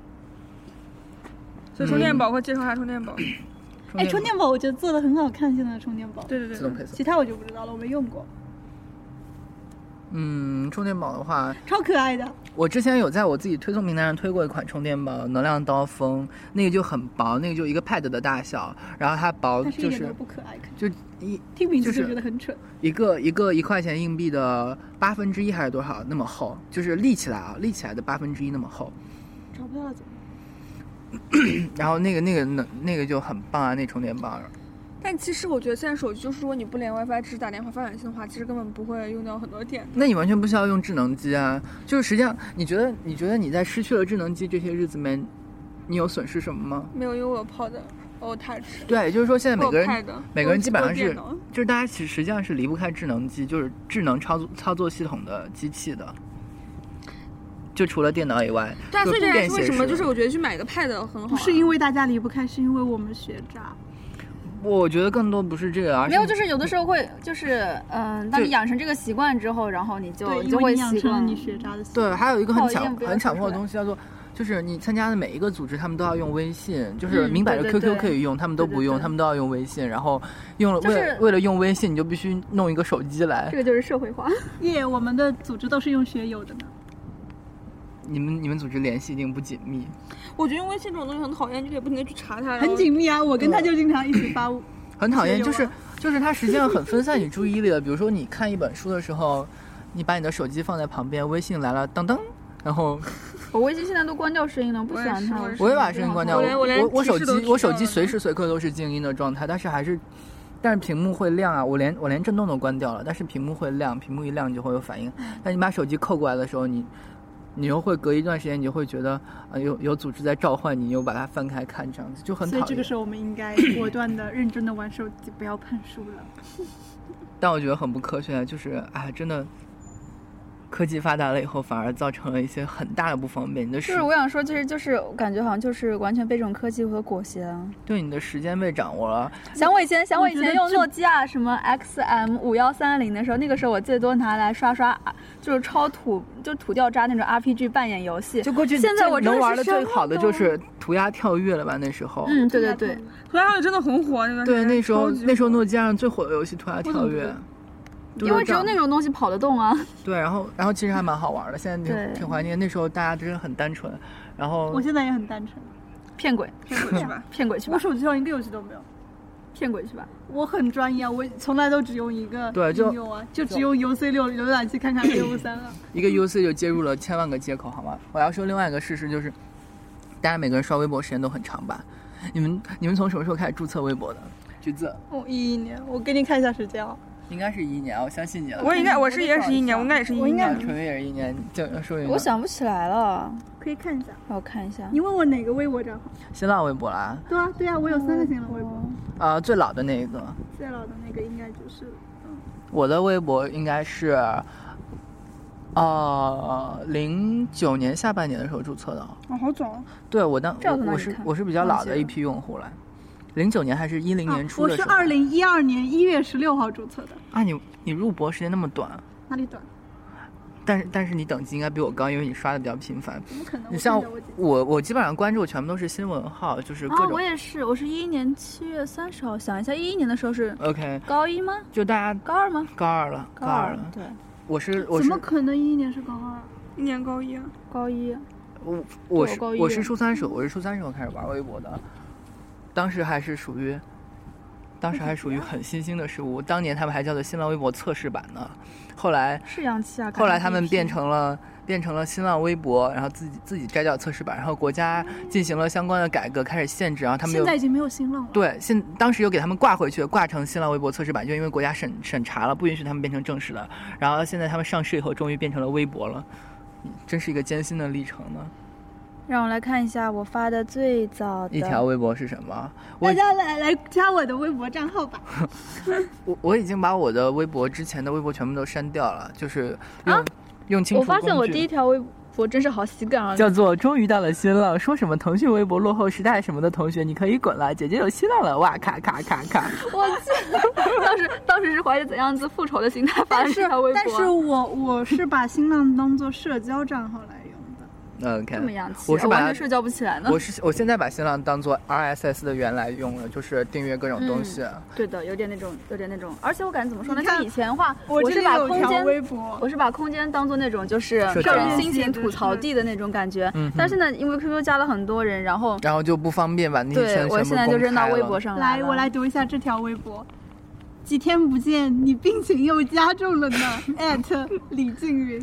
所以充电宝会介绍下充电宝。 哎，充电宝我觉得做的很好看，现在的充电宝。 对对对。 自动配送。 其他我就不知道了，我没用过。 嗯，充电宝的话， 超可爱的。 我之前有在我自己推送平台上推过一款充电宝，能量刀锋，那个就很薄，那个就一个 pad 的大小，然后它薄就是但是一点都不可爱， 就一听名字就觉得很蠢。 一个一个一块钱硬币的八分之一还是多少那么厚，就是立起来啊，立起来的八分之一那么厚。 找不到怎么？ 然后那个那个那那个就很棒啊，那充电宝。 但其实我觉得现在手机就是如果你不连 WiFi 只打电话发短信的话，其实根本不会用掉很多电。 那你完全不需要用智能机啊！就是实际上，你觉得你觉得你在失去了智能机这些日子里面，你有损失什么吗？ 没有，因为我有 Pod， 我有 Touch。 对，就是说现在每个人每个人基本上是， 就是大家其实实际上是离不开智能机，就是智能操作操作系统的机器的。就除了电脑以外， 对啊，所以这也是为什么就是我觉得去买个 Pad 很好、啊。 不是因为大家离不开，是因为我们学渣。 我觉得更多不是这个，而是没有，就是有的时候会，就是嗯、呃，当你养成这个习惯之后，然后你就就会习惯你学渣的习惯。对，还有一个很强很强迫的东西叫做，就是你参加的每一个组织，他们都要用微信，就是明摆着 Q Q 可以用， 嗯、 他们都不用， 对对对他们都要用微信，然后用了、 就是、 为了为了用微信，你就必须弄一个手机来。 这个就是社会化。 耶， yeah, 我们的组织都是用学友的呢。 你们你们组织联系一定不紧密。 我觉得用微信这种东西很讨厌，就得不停的去查它。 很紧密啊，我跟他就经常一起发。 很讨厌，就是就是它实际上很分散你注意力的。比如说你看一本书的时候，你把你的手机放在旁边，微信来了，当当，然后我微信现在都关掉声音了，不喜欢它。 我也把声音关掉。 我我我我手机我手机随时随刻都是静音的状态，但是还是。但是屏幕会亮啊，我连我连震动都关掉了，但是屏幕会亮，屏幕一亮就会有反应。但你把手机扣过来的时候，你你又会隔一段时间，你就会觉得啊、呃、有有组织在召唤你，又把它翻开看，这样子就很讨厌。 所以这个时候我们应该果断的、认真的玩手机，不要看书了。 但我觉得很不科学，就是哎，真的。科技发达了以后，反而造成了一些很大的不方便。你的就是我想说，其实就是感觉好像就是完全被这种科技所裹挟啊。 对，你的时间被掌握了。 想我以前，想我以前用诺基亚什么 X M 五幺三零的时候，那个时候我最多拿来刷刷，就是超土，就土掉渣那种 R P G 扮演游戏。 就过去现在我能玩的最好的就是涂鸦跳跃了吧？那时候。 嗯，对对对， 涂鸦跳跃真的很火，那个。 对，那时候那时候诺基亚上最火的游戏涂鸦跳跃。 因为只有那种东西跑得动啊。 对，然后然后其实还蛮好玩的，现在挺挺怀念那时候大家真的很单纯，然后我现在也很单纯， 骗鬼骗鬼去吧， 骗鬼去吧。 我手机上一个游戏都没有， 骗鬼去吧。 我很专业啊，我从来都只用一个对就用啊，就只用 U C 六浏览器看看 A O 三了。 一个 U C 就接入了千万个接口，好吗？我要说另外一个事实就是，大家每个人刷微博时间都很长吧？你们你们从什么时候开始注册微博的？橘子？ 哦，一一年，我给你看一下时间啊。 应该是一年，我相信你了。 我应该我是也是一年，我应该也是一年。 纯也是一年，就说我想不起来了， 可以看一下。 让我看一下。 你问我哪个微博账号？ 新浪微博啦。 对啊，对啊，我有三个新浪微博。 啊、呃，最老的那个。 最老的那个应该就是，嗯。 我的微博应该是，呃，零九年下半年的时候注册的。 哦，好早。 对，我当我我是我是比较老的一批用户了。零九年还是一零年初的时候、 啊、我是二零一二年一月十六号注册的。 啊，你你入博时间那么短？ 哪里短？ 但是但是你等级应该比我高，因为你刷的比较频繁。 怎么可能？ 你像我我基本上关注全部都是新闻号，就是各种。 啊，我也是，我是一一年七月三十号。想一下，一一年的时候是 OK 高一吗？ 就大家高二吗？ 高二了， 高二了。 对， 我是我是。 怎么可能一一年是高二？ 一年高一啊， 高一。 我我是我, 我是初三时候，我是初三时候开始玩微博的，当时还是属于。当时还属于很新兴的事物，当年他们还叫做新浪微博测试版呢，后来是洋气啊。 后来他们变成了变成了新浪微博，然后自己自己摘掉测试版，然后国家进行了相关的改革，开始限制，然后他们现在已经没有新浪了。 对，现当时又给他们挂回去，挂成新浪微博测试版，就因为国家审审查了，不允许他们变成正式的。然后现在他们上市以后，终于变成了微博了，真是一个艰辛的历程呢。 让我来看一下我发的最早的一条微博是什么？ 大家来来加我的微博账号吧。 我我已经把我的微博之前的微博全部都删掉了，就是用、啊、用清除工具。 我发现我第一条微博。我真是好喜感啊！ 叫做终于到了新浪，说什么腾讯微博落后时代什么的同学，你可以滚了，姐姐有新浪了，哇咔咔咔咔！ 我当时当时是怀着怎样子复仇的心态发了这条微博。 但是我我是把新浪当做社交账号来用的。 嗯，看这么洋气， 我是完全社交不起来呢。 我是我现在把新浪当做 R S S 的源来用了，就是订阅各种东西。 嗯、对的，有点那种，有点那种。而且我感觉怎么说呢？像以前的话， 我是把空间微博， 我是把空间当做那种就是个人心情吐槽地的那种感觉。嗯。但是呢，因为 Q Q 加了很多人，然后然后就不方便把那些全全部公开了。 对，我现在就扔到微博上来。来，我来读一下这条微博。几天不见，你病情又加重了呢。艾特李静云，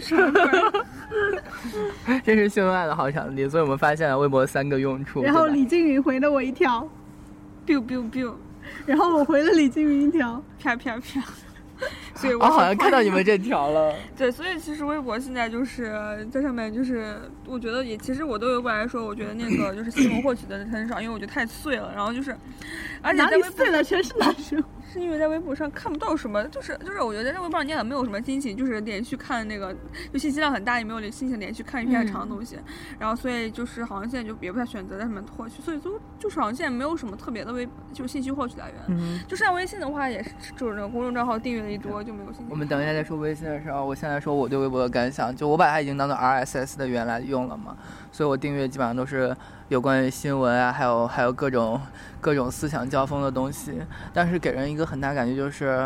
这是秀恩爱的好场地，所以我们发现了微博三个用处。 然后李静云回了我一条 ，biu biu biu， 然后我回了李静云一条， 啪啪啪。所以我、哦、好像看到你们这条了。 对，所以其实微博现在就是在上面，就是我觉得也，其实我对微博来说，我觉得那个就是新闻获取的人很少，因为我觉得太碎了。然后就是，而且在微博碎了全是男生。 是因为在微博上看不到什么，就是就是我觉得在微博上你也没有什么心情，就是连续看那个，就信息量很大，也没有心情连续看一篇长的东西。嗯、然后所以就是好像现在就也不太选择在上面获取，所以就就是好像现在没有什么特别的微就是信息获取来源。嗯，就像微信的话也是，就是那个公众账号订阅了一桌就没有信息。 我们等一下再说微信的时候，我现在说我对微博的感想，就我把它已经当做 R S S 的源来用了嘛，所以我订阅基本上都是有关于新闻啊，还有还有各种各种思想交锋的东西，但是给人一个很大感觉就是，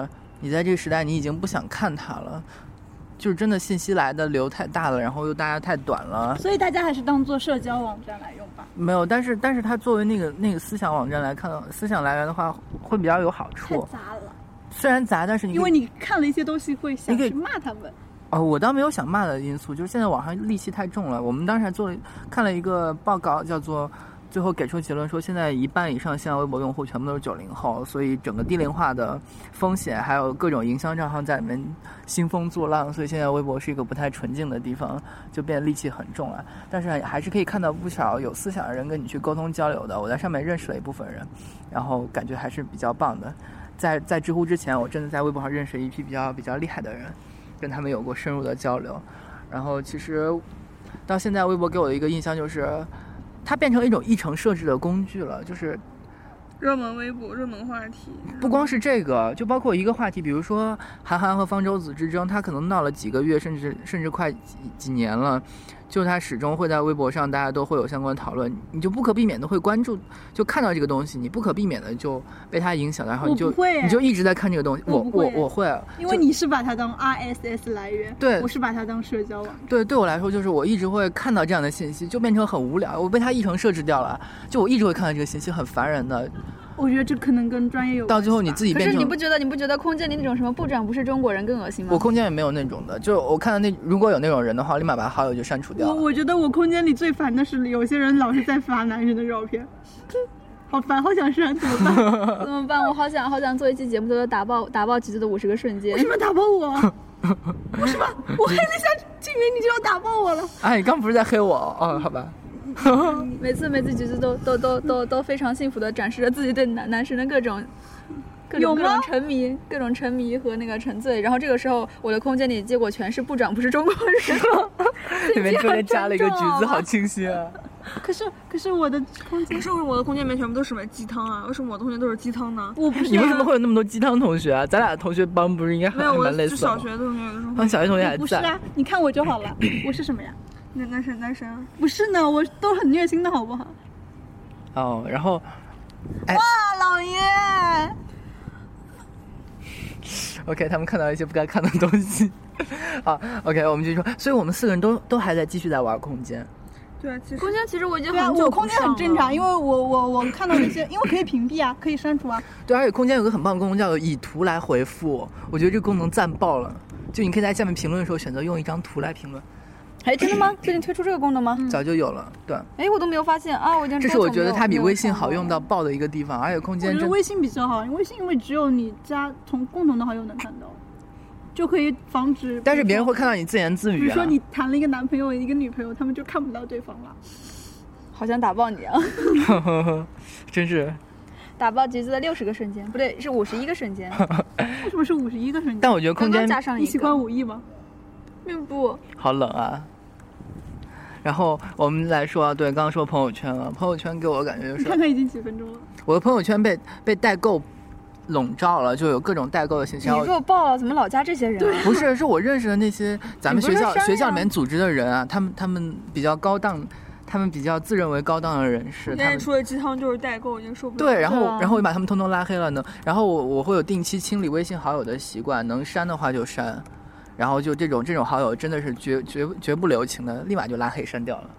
你在这个时代你已经不想看它了，就是真的信息来的流太大了，然后又大家太短了， 所以大家还是当做社交网站来用吧。 没有，但是但是它作为那个那个思想网站来看，思想来源的话会比较有好处。 太杂了。 虽然杂，但是你因为你看了一些东西会想去骂他们。 哦，我倒没有想骂的因素，就是现在网上戾气太重了。我们当时还做了看了一个报告，叫做最后给出结论说，现在一半以上新浪微博用户全部都是九零后，所以整个低龄化的风险还有各种营销账号在里面兴风作浪，所以现在微博是一个不太纯净的地方，就变得戾气很重了。但是还是可以看到不少有思想的人跟你去沟通交流的。我在上面认识了一部分人，然后感觉还是比较棒的。在在知乎之前，我真的在微博上认识一批比较比较厉害的人，跟他们有过深入的交流。然后其实到现在微博给我的一个印象就是，它变成一种议程设置的工具了，就是热门微博、热门话题。 不光是这个，就包括一个话题，比如说韩寒和方舟子之争，它可能闹了几个月，甚至甚至快几几年了，就它始终会在微博上，大家都会有相关讨论，你就不可避免的会关注，就看到这个东西，你不可避免的就被它影响，然后你就你就一直在看这个东西。我我我会， 因为你是把它当 R S S 来源， 对， 我是把它当社交网。 对，对我来说就是我一直会看到这样的信息，就变成很无聊，我被它议程设置掉了，就我一直会看到这个信息，很烦人的。 我觉得这可能跟专业有关。 到最后你自己变成， 可是你不觉得你不觉得空间里那种什么部长不是中国人更恶心吗？ 我空间也没有那种的，就我看到那如果有那种人的话，立马把好友就删除掉了。 我我觉得我空间里最烦的是有些人老是在发男人的照片，好烦，好想删，怎么办？ 怎么办？我好想好想做一期节目，叫做打爆打爆橘子的五十个瞬间。 为什么打爆我？为什么我黑了一下静云，你就要打爆我了？ 哎，你刚不是在黑我哦？好吧。 每次每次橘子都都都都都非常幸福的展示着自己对男男神的各种各种各种沉迷各种沉迷和那个沉醉，然后这个时候我的空间里结果全是部长不是中国人， 里面中间加了一个橘子，好清晰啊。 可是可是我的空间， 可是我的空间里面全部都是什么鸡汤啊？为什么我的空间都是鸡汤呢？ 我不是、啊， 你为什么会有那么多鸡汤同学啊？咱俩的同学帮不是应该还蛮类似的？ 小学的同学有的时候， 嗯，小学同学还在。 不是啊，你看我就好了，我是什么呀？ 男男神男神不是呢，我都很虐心的好不好？ 哦，然后， 哎、哇，老爷 ，OK， 他们看到一些不该看的东西，啊 ，OK， 我们继续说，所以我们四个人都都还在继续在玩空间。 对啊，其实空间其实我已经很久不上了。我空间很正常，因为我我我看到那些，因为可以屏蔽啊，可以删除啊。 对，而且空间有个很棒的功能叫以图来回复，我觉得这个功能赞爆了。就你可以在下面评论的时候选择用一张图来评论。 哎，真的吗？最近推出这个功能吗？ 早就有了，对。 哎，我都没有发现啊！我已经这是我觉得它比微信好用到爆的一个地方，而且空间。 我觉得微信比较好，因为微信因为只有你加从共同的好友能看到，就可以防止。 但是别人会看到你自言自语、啊。 比如说你谈了一个男朋友，一个女朋友，他们就看不到对方了。 好像打爆你啊！ 真是打爆橘子的六十个瞬间，不对，是五十一个瞬间。 为什么是五十一个瞬间？ 但我觉得空间刚刚加上了一个。 你喜欢五亿吗？ 并不。 好冷啊！然后我们来说，对，刚刚说朋友圈了，朋友圈给我感觉就是， 看看已经几分钟了。 我的朋友圈被被代购笼罩了，就有各种代购的信息。 你弱爆了，怎么老加这些人、啊？ 不是，是我认识的那些咱们学校学校里面组织的人啊，他们他们比较高档。他们比较自认为高档的人士， 现在说的鸡汤就是代购，我已经受不了。 对，然后然后我把他们通通拉黑了呢。然后我我会有定期清理微信好友的习惯，能删的话就删。然后就这种这种好友真的是绝绝绝不留情的，立马就拉黑删掉了。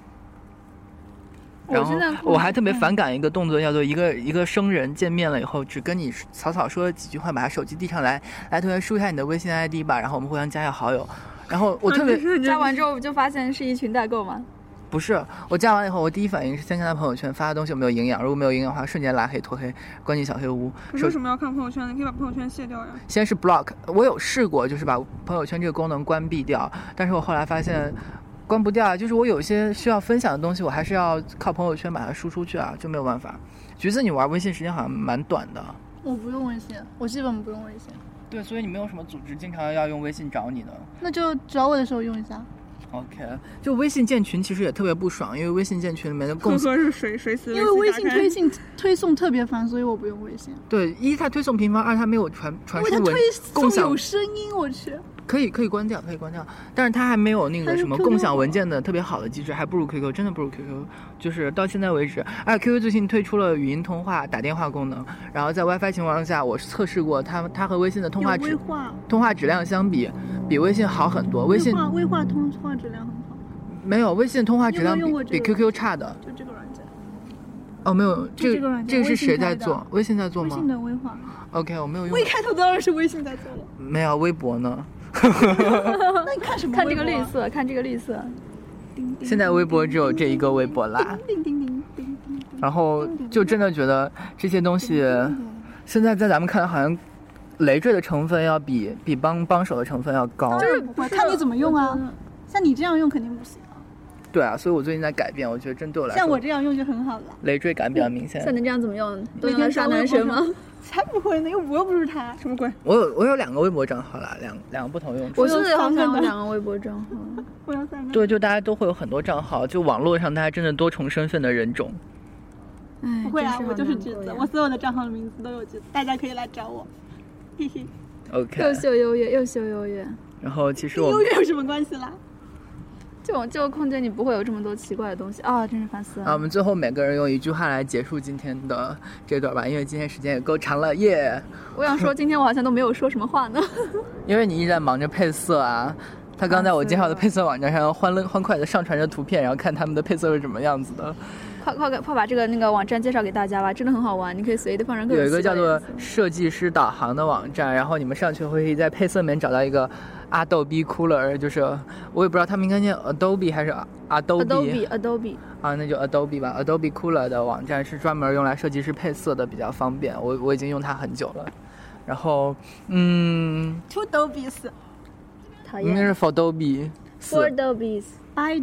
然后我还特别反感一个动作，叫做一个一个生人见面了以后，只跟你草草说几句话，把手机递上来，来同学输一下你的微信 I D 吧，然后我们互相加下好友。然后我特别加完之后就发现是一群代购吗？ 不是，我加完以后，我第一反应是先看他朋友圈发的东西有没有营养，如果没有营养的话，瞬间拉黑脱黑，关进小黑屋。 可是为什么要看朋友圈呢？你可以把朋友圈卸掉呀。 先是 block， 我有试过，就是把朋友圈这个功能关闭掉，但是我后来发现关不掉，就是我有些需要分享的东西，我还是要靠朋友圈把它输出去啊，就没有办法。橘子，你玩微信时间好像蛮短的。 我不用微信，我基本不用微信。 对，所以你没有什么组织经常要用微信找你的。 那就找我的时候用一下。 OK， 就微信建群其实也特别不爽，因为微信建群里面的共呵呵是谁谁死？ 因为微信推信推送特别烦，所以我不用微信。 对，一它推送频繁，二它没有传传输文共享有声音，我去。 可以可以关掉，可以关掉，但是它还没有那个什么共享文件的特别好的机制，还不如 Q Q， 真的不如 Q Q。就是到现在为止，而且 Q Q 最近推出了语音通话、打电话功能，然后在 WiFi 情况下，我测试过它，它和微信的通话质通话质量相比，比微信好很多。微信微话通话质量很好。 没有，微信通话质量比比 Q Q 差的。 就这个软件。 哦，没有，这个这个是谁在做？微信在做吗？ 微信的微话。 OK， 我没有用。 微开头当然是微信在做了。 没有，微博呢？ 那你看什么？ 看这个绿色，看这个绿色。 现在微博只有这一个微博啦。然后就真的觉得这些东西，现在在咱们看来好像累赘的成分要比比帮帮手的成分要高。 就是不会看你怎么用啊。像你这样用肯定不行。 对啊，所以我最近在改变，我觉得真对我来说， 像我这样用就很好了。 累赘感比较明显。 像你这样怎么用？都用来刷男神吗？ 才不会呢，又我又不是他，什么鬼？ 我有我有两个微博账号啦，两两个不同用处。 我现在好像有两个微博账号， 我要三个。 对，就大家都会有很多账号，就网络上大家真的多重身份的人种。 不会啊，我就是橘子，我所有的账号的名字都有橘子，大家可以来找我。嘿嘿。 OK。 又秀优越，又秀优越。 然后其实我优越有什么关系啦？ 就就空间里不会有这么多奇怪的东西啊！真是烦死了。 啊，我们最后每个人用一句话来结束今天的这段吧，因为今天时间也够长了耶。Yeah 我想说，今天我好像都没有说什么话呢。 因为你一直在忙着配色啊，他刚在我介绍的配色网站上欢乐欢快的上传着图片，然后看他们的配色是什么样子的。 快快快把这个那个网站介绍给大家吧，真的很好玩，你可以随意的放上各种。 有一个叫做设计师导航的网站，然后你们上去会在配色里面找到一个 Adobe Cooler， 就是我也不知道他们应该念 Adobe 还是 Adobe Adobe Adobe 啊，那就 Adobe 吧。Adobe Cooler 的网站是专门用来设计师配色的，比较方便。我我已经用它很久了。然后嗯 ，To Adobe， 讨厌， 应该是 For Adobe For Adobe，By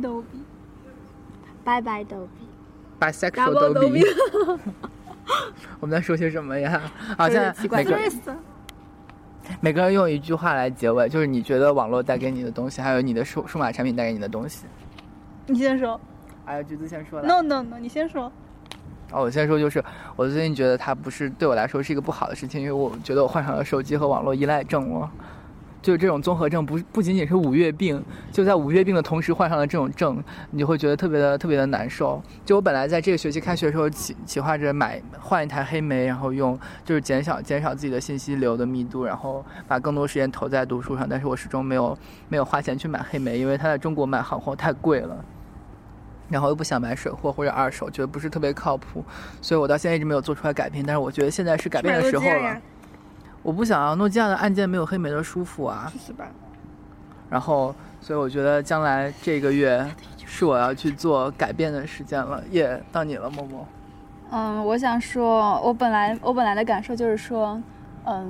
Adobe，Bye Bye Adobe。Bisexual Adobe 我们在说些什么呀？好像每个每个人用一句话来结尾，就是你觉得网络带给你的东西，还有你的数数码产品带给你的东西。 你先说。 哎呀，橘子先说了。 No No No， 你先说。 哦，我先说，就是我最近觉得它不是对我来说是一个不好的事情，因为我觉得我患上了手机和网络依赖症了。就是这种综合症不不仅仅是五月病，就在五月病的同时患上了这种症，你就会觉得特别的特别的难受。就我本来在这个学期开学的时候企企划着买换一台黑莓，然后用就是减少减少自己的信息流的密度，然后把更多时间投在读书上，但是我始终没有没有花钱去买黑莓，因为它在中国买行货太贵了。然后又不想买水货或者二手，觉得不是特别靠谱，所以我到现在一直没有做出来改变。但是我觉得现在是改变的时候了。我不想要诺基亚的按键没有黑莓的舒服啊， 是吧？ 然后，所以我觉得将来这个月是我要去做改变的时间了。耶、yeah, 到你了，默默。 嗯，我想说，我本来我本来的感受就是说，嗯，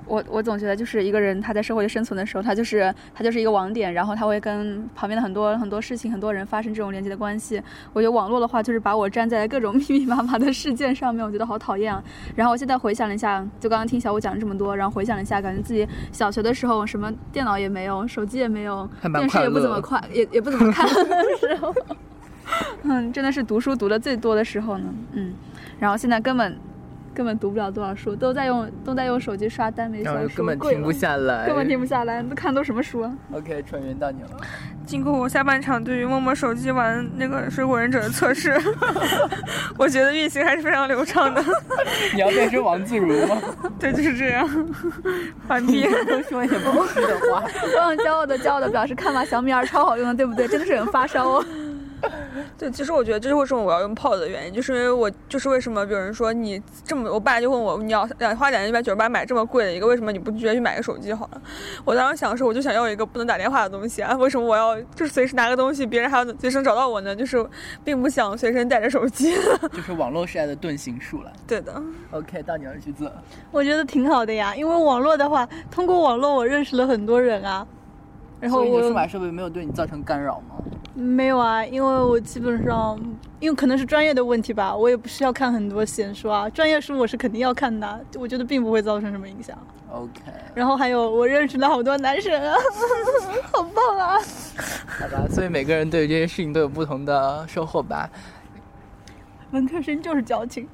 我我总觉得就是一个人他在社会里生存的时候，他就是他就是一个网点，然后他会跟旁边的很多很多事情、很多人发生这种连接的关系。我觉得网络的话，就是把我粘在各种密密麻麻的事件上面，我觉得好讨厌啊。然后我现在回想了一下，就刚刚听小五讲了这么多，然后回想了一下，感觉自己小学的时候什么电脑也没有，手机也没有，电视也不怎么快，也也不怎么看的时候，嗯，真的是读书读的最多的时候呢，嗯。然后现在根本。根本读不了多少书，都在用都在用手机刷耽美小说， 根本停不下来， 根本停不下来。都看都什么书啊 ？OK， 纯云到你了。 经过我下半场对于陌陌手机玩那个水果忍者的测试，我觉得运行还是非常流畅的。 你要变成王自如吗？ 对，就是这样。反屁， 都说也不是的话。 我很骄傲的骄傲的表示，看吧，小米二超好用的，对不对？真的是很发烧哦。 对，其实我觉得这是为什么我要用 P O D 的原因，就是因为我就是为什么，比如说你这么，我爸就问我，你要花两千一百九十八买这么贵的一个，为什么你不直接去买个手机好了？我当时想的是，我就想要一个不能打电话的东西啊，为什么我要就是随时拿个东西，别人还要随时找到我呢？就是并不想随身带着手机。 就是网络时代的遁形术了。 对的。 OK， 到你了，橘子。 我觉得挺好的呀，因为网络的话，通过网络我认识了很多人啊。然后我所以你的数码设备没有对你造成干扰吗？ 没有啊，因为我基本上，因为可能是专业的问题吧，我也不需要看很多闲书啊，专业书我是肯定要看的，我觉得并不会造成什么影响。 OK。 然后还有我认识了好多男神啊，好棒啊！ 好吧，所以每个人对于这些事情都有不同的收获吧。 文科生就是矫情。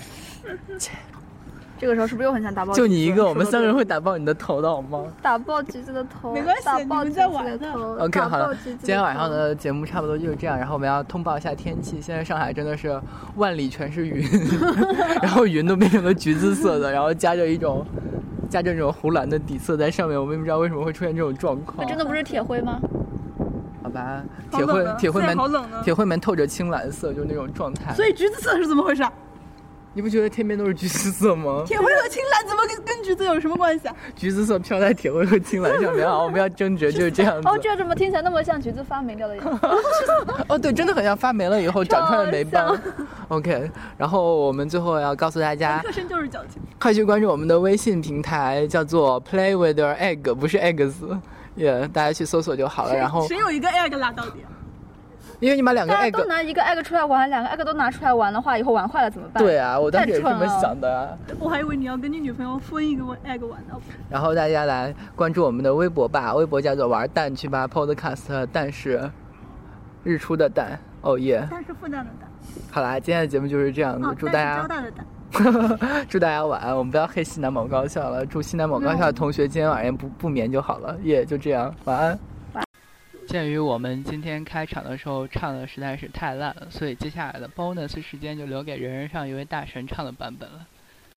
这个时候是不是又很想打爆？ 就你一个，我们三个人会打爆你的头的好吗？ 打爆橘子的头， 没关系， 打爆你们在玩的。 OK， 好了，今天晚上的节目差不多就是这样。然后我们要通报一下天气，现在上海真的是万里全是云，然后云都变成了橘子色的，然后加着一种加着这种湖蓝的底色在上面。我们也不知道为什么会出现这种状况。 那真的不是铁灰吗？ 好吧，铁灰铁灰门铁灰门透着青蓝色，就是那种状态。 所以橘子色是怎么回事？ 你不觉得天边都是橘子色吗？ 铁灰和青蓝怎么跟跟橘子有什么关系啊？ 橘子色飘在铁灰和青蓝上面啊！我们要争执就是这样子。 哦，这怎么听起来那么像橘子发霉掉的样子？ 哦，对，真的很像发霉了以后长出来的霉斑。OK， 然后我们最后要告诉大家， 特生就是矫情， 快去关注我们的微信平台，叫做 Play with your egg， 不是 eggs， 也、yeah, 大家去搜索就好了。然后谁有一个 egg 啦？到底？ 因为你把两个 egg 都拿一个 egg 出来玩，两个 egg 都拿出来玩的话，以后玩坏了怎么办？ 对啊，我当时也是这么想的、啊。 我还以为你要跟你女朋友分一个 egg 玩呢。 然后大家来关注我们的微博吧，微博叫做玩蛋去吧 Podcast， 蛋是日出的蛋，哦耶。 蛋是复蛋的蛋。 好啦，今天的节目就是这样子， 哦、 祝大家。 交大的蛋祝大家晚安，我们不要黑西南某高校了。祝西南某高校的同学今天晚上不不眠就好了，耶、yeah, 就这样，晚安。鉴于我们今天开场的时候唱的实在是太烂了，所以接下来的 bonus 时间就留给人人上一位大神唱的版本了。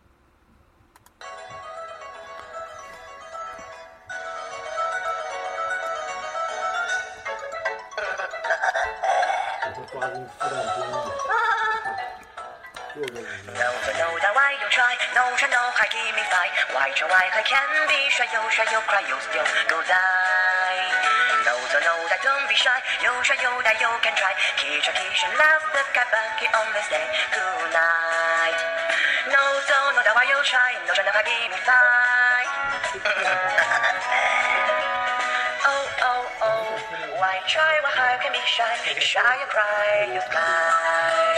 No, so no, that why you try. No, try, no, I give me five. Why try, why I can be shy. You shy, you cry, you still go die. No, so no, that don't be shy. You shy, you that you can try. Kiss your kiss and laugh the cat back on the day. Good night. No, so no, that why you try. No, try, no, I give me five. Oh, oh, oh. Why try, why I can be shy. You shy, you cry, you smile.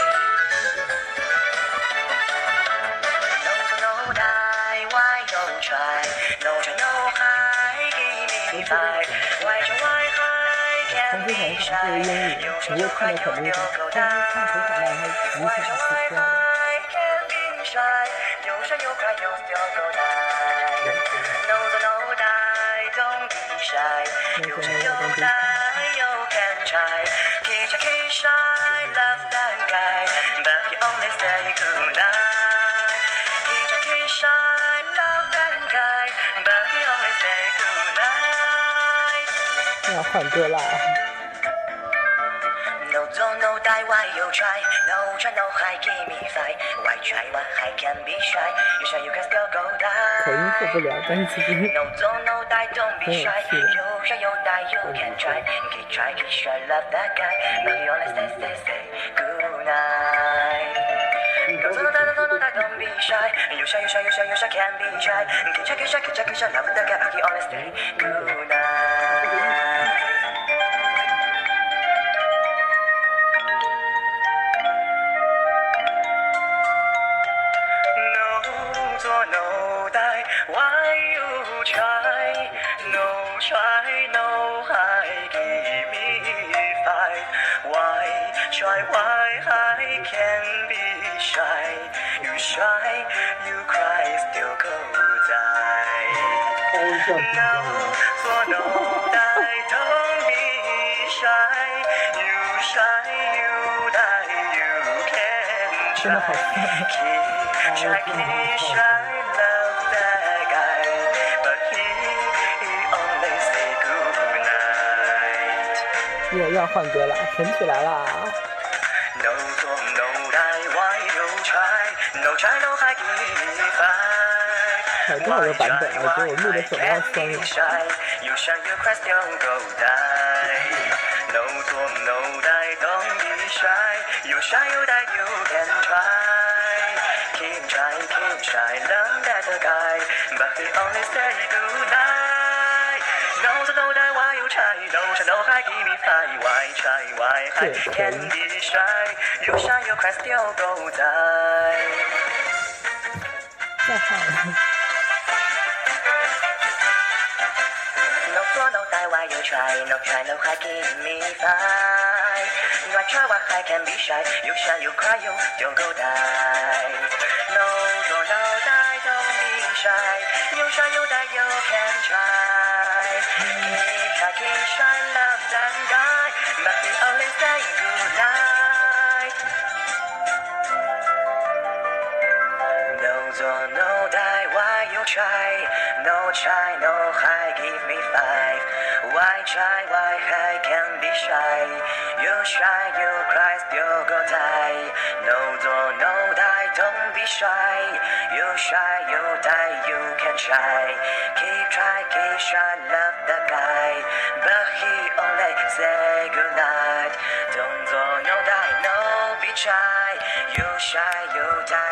Try, no try, no high, give me five. Why try, why high, can't be shy. You should you cry, you still go die. Why try, why high, can't be shy. You should you cry, you still go die. No, no, no, die, don't be shy. You should you die, you can try. Kiss your kiss shy, love that guy, but you only say goodnight. Kiss your kiss shy. But he always say goodnight. 要换歌啦。 No, don't know die, why you try? No, try, no, high, give me five. Why try, why I can be shy? You shy, you can still go die. 口音做不了，但是其实 No, don't know die, don't be shy. You shy, you die, you can try. Keep try, keep shy, love that guy. But he always say, say, say goodnight. No, don't know die, don't know die, don't be shy. You shy, you shy, you shy, you shy, can't be shy. Kisha, kisha, kisha, kisha, love the guy, but he only stay good night. No die, why you try? No try, no high, give me five. Why try, why I can be shy? You shy, you cry, still go die. No, so no die, don't be shy. You shy, you die, you can try. Keep shy, keep shy. 也要换歌了，神曲来了。 No don't no die, why you try? No try, no hide, give me five. 还有多少个版本啊？我觉得我录的手都要酸了。 You shine, you cry, still go die. No don't no die, don't be shy. You shine, you die, you can try. Keep trying, keep trying, learn that the guy, but he only say goodnight. No don't no die, why you try? No try, no hide, give me five. Why try, why hide? Can't be shy. You shine, you cry, still go die. 再唱了。 No no die, why you try? No try, no hide, give me five. Why try, why hide? Can't be shy. You shine, you cry, you still go die. No don't no die, don't be shy. You shine, you die, you can try. Keep try, keep shine, love that guy, but he only say goodnight. No don't no die, why you try? No try, no hide, give me five. Why try, why hide, can't be shy. You shy, you cry, still go die. No don't no die, don't be shy. You shy, you die, you can try. Keep try, keep shy, love the guy, but he only say goodnight. Don't don't no die, no be shy. You shy, you die.